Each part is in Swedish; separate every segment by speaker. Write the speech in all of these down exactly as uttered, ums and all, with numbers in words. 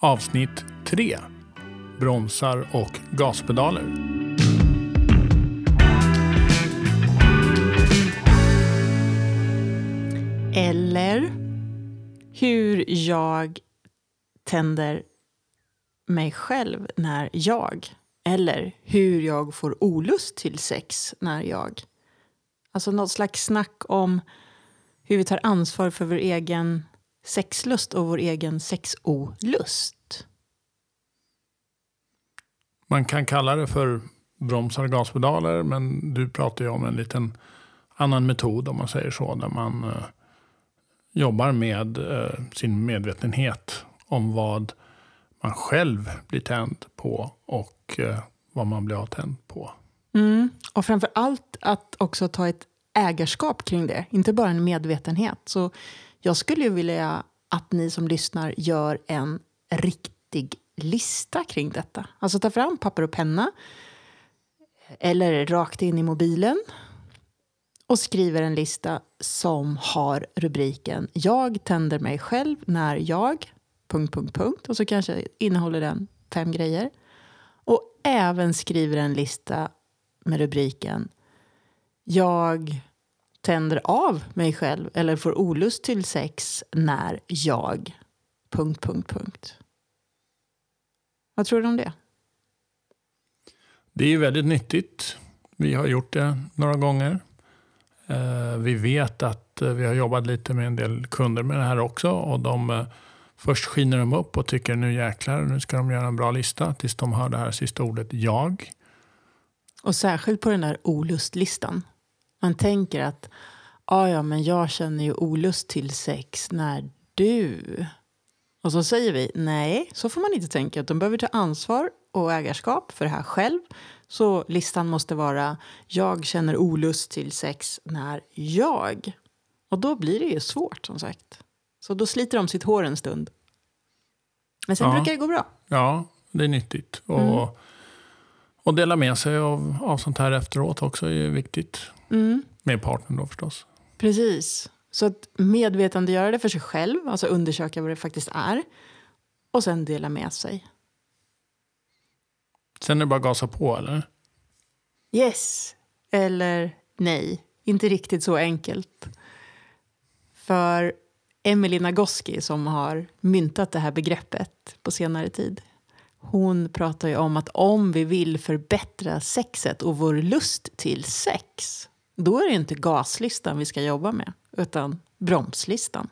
Speaker 1: Avsnitt tre. Bromsar och gaspedaler.
Speaker 2: Eller hur jag tänder mig själv när jag. Eller hur jag får olust till sex när jag. Alltså något slags snack om hur vi tar ansvar för vår egen sexlust och vår egen sexolust.
Speaker 1: Man kan kalla det för bromsar och gaspedaler, men du pratar ju om en liten annan metod, om man säger så, där man eh, jobbar med eh, sin medvetenhet om vad man själv blir tänd på och eh, vad man blir avtänd på.
Speaker 2: Mm. Och framför allt att också ta ett ägarskap kring det, inte bara en medvetenhet. Så jag skulle ju vilja att ni som lyssnar gör en riktig lista kring detta. Alltså ta fram papper och penna eller rakt in i mobilen och skriver en lista som har rubriken Jag tänder mig själv när jag... Punkt, punkt, punkt. Och så kanske innehåller den fem grejer. Och även skriver en lista med rubriken Jag tänder av mig själv eller får olust till sex när jag... Punkt, punkt, punkt. Vad tror du om det?
Speaker 1: Det är ju väldigt nyttigt. Vi har gjort det några gånger. Eh, vi vet att eh, vi har jobbat lite med en del kunder med det här också. Och de, eh, först skiner de upp och tycker nu jäklar, nu ska de göra en bra lista. Tills de hör det här sista ordet jag.
Speaker 2: Och särskilt på den där olustlistan. Man tänker att ah, ja, men jag känner ju olust till sex när du... Och så säger vi, nej, så får man inte tänka. Att de behöver ta ansvar och ägarskap för det här själv. Så listan måste vara, jag känner olust till sex när jag. Och då blir det ju svårt, som sagt. Så då sliter de sitt hår en stund. Men sen
Speaker 1: ja.
Speaker 2: brukar det gå bra.
Speaker 1: Ja, det är nyttigt. Och, mm. och dela med sig av, av sånt här efteråt också är viktigt.
Speaker 2: Mm.
Speaker 1: Med partnern då förstås.
Speaker 2: Precis. Så att medvetandegöra det för sig själv. Alltså undersöka vad det faktiskt är. Och sen dela med sig.
Speaker 1: Sen är det bara gasa på, eller?
Speaker 2: Yes. Eller nej. Inte riktigt så enkelt. För Emily Nagoski som har myntat det här begreppet på senare tid. Hon pratar ju om att om vi vill förbättra sexet och vår lust till sex. Då är det inte gaslistan vi ska jobba med. Utan bromslistan.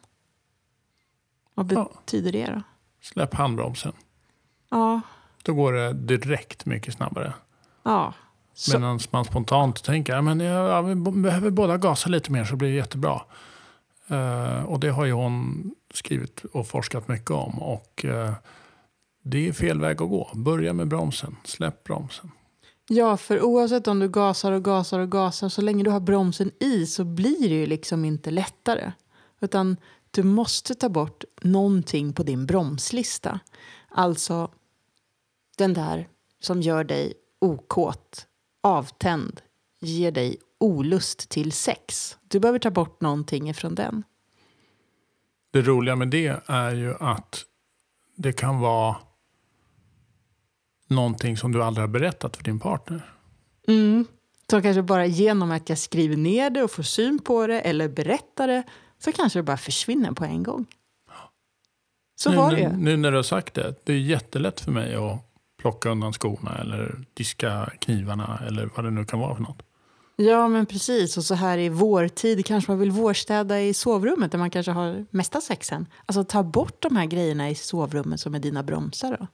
Speaker 2: Vad betyder det då?
Speaker 1: Släpp handbromsen.
Speaker 2: Ja.
Speaker 1: Då går det direkt mycket snabbare.
Speaker 2: Ja. Så.
Speaker 1: Medan man spontant tänker att men ja, vi behöver båda gasa lite mer så blir det jättebra. Uh, och det har ju hon skrivit och forskat mycket om. Och uh, det är fel väg att gå. Börja med bromsen. Släpp bromsen.
Speaker 2: Ja, för oavsett om du gasar och gasar och gasar, så länge du har bromsen i så blir det ju liksom inte lättare. Utan du måste ta bort någonting på din bromslista. Alltså den där som gör dig okåt, avtänd, ger dig olust till sex. Du behöver ta bort någonting ifrån den.
Speaker 1: Det roliga med det är ju att det kan vara någonting som du aldrig har berättat för din partner.
Speaker 2: Mm. Så kanske bara genom att jag skriver ner det och får syn på det eller berättar det, så kanske det bara försvinner på en gång. Så
Speaker 1: nu,
Speaker 2: var det.
Speaker 1: Nu, nu när du har sagt det, det är jättelätt för mig att plocka undan skorna eller diska knivarna eller vad det nu kan vara för något.
Speaker 2: Ja, men precis. Och så här i vårtid kanske man vill vårstäda i sovrummet där man kanske har mesta sexen. Alltså ta bort de här grejerna i sovrummet som är dina bromsar då.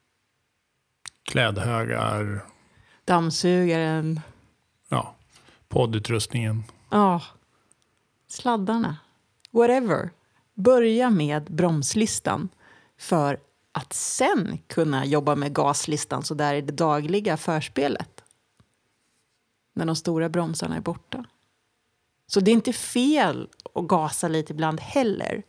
Speaker 1: Klädhögar.
Speaker 2: Dammsugaren.
Speaker 1: Ja, poddutrustningen.
Speaker 2: Ja, sladdarna. Whatever. Börja med bromslistan för att sen kunna jobba med gaslistan så där i det dagliga förspelet. När de stora bromsarna är borta. Så det är inte fel att gasa lite ibland heller.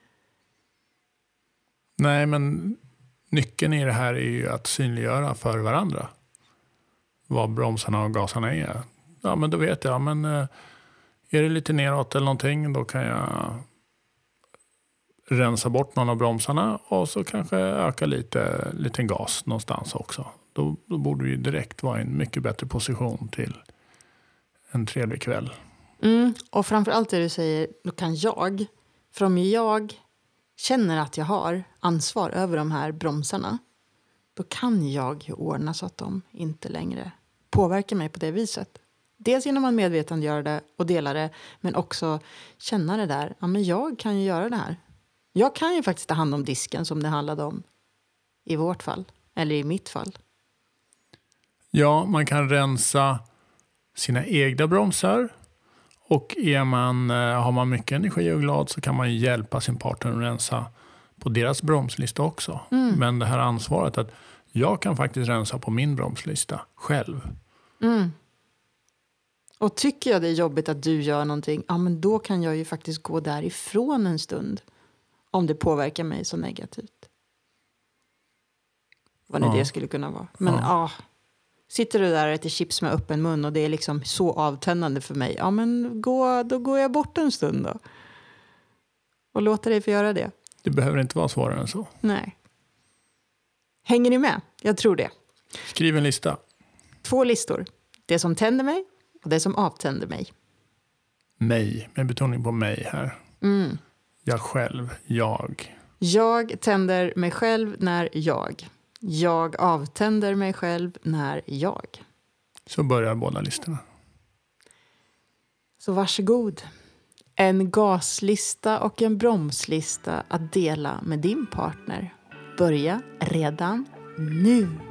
Speaker 1: Nej, men nyckeln i det här är ju att synliggöra för varandra vad bromsarna och gasarna är. Ja, men då vet jag, men är det lite neråt eller någonting, då kan jag rensa bort någon av bromsarna och så kanske öka lite, lite gas någonstans också. Då, då borde vi direkt vara i en mycket bättre position till en trevlig kväll.
Speaker 2: Mm, och framförallt det du säger, då kan jag, för om jag känner att jag har ansvar över de här bromsarna, då kan jag ju ordna så att de inte längre påverkar mig på det viset. Dels genom att medvetandegöra det och dela det, men också känna det där, ja men jag kan ju göra det här. Jag kan ju faktiskt ta hand om disken som det handlade om i vårt fall, eller i mitt fall.
Speaker 1: Ja, man kan rensa sina egna bromsar. Och är man, har man mycket energi och glad så kan man hjälpa sin partner att rensa på deras bromslista också. Mm. Men det här ansvaret att jag kan faktiskt rensa på min bromslista själv.
Speaker 2: Mm. Och tycker jag det är jobbigt att du gör någonting, ja men då kan jag ju faktiskt gå därifrån en stund. Om det påverkar mig så negativt. Vad nu ja. det skulle kunna vara. Men ja. ah, sitter du där och äter chips med öppen mun och det är liksom så avtändande för mig. Ja men gå, då går jag bort en stund då. Och låter dig få göra det.
Speaker 1: Det behöver inte vara svårare än så.
Speaker 2: Nej. Hänger ni med? Jag tror det.
Speaker 1: Skriv en lista.
Speaker 2: Två listor. Det som tänder mig och det som avtänder mig.
Speaker 1: Mig, med betoning på mig här.
Speaker 2: Mm.
Speaker 1: Jag själv, jag.
Speaker 2: Jag tänder mig själv när jag. Jag avtänder mig själv när jag.
Speaker 1: Så börjar båda listorna.
Speaker 2: Så varsågod. En gaslista och en bromslista att dela med din partner. Börja redan nu.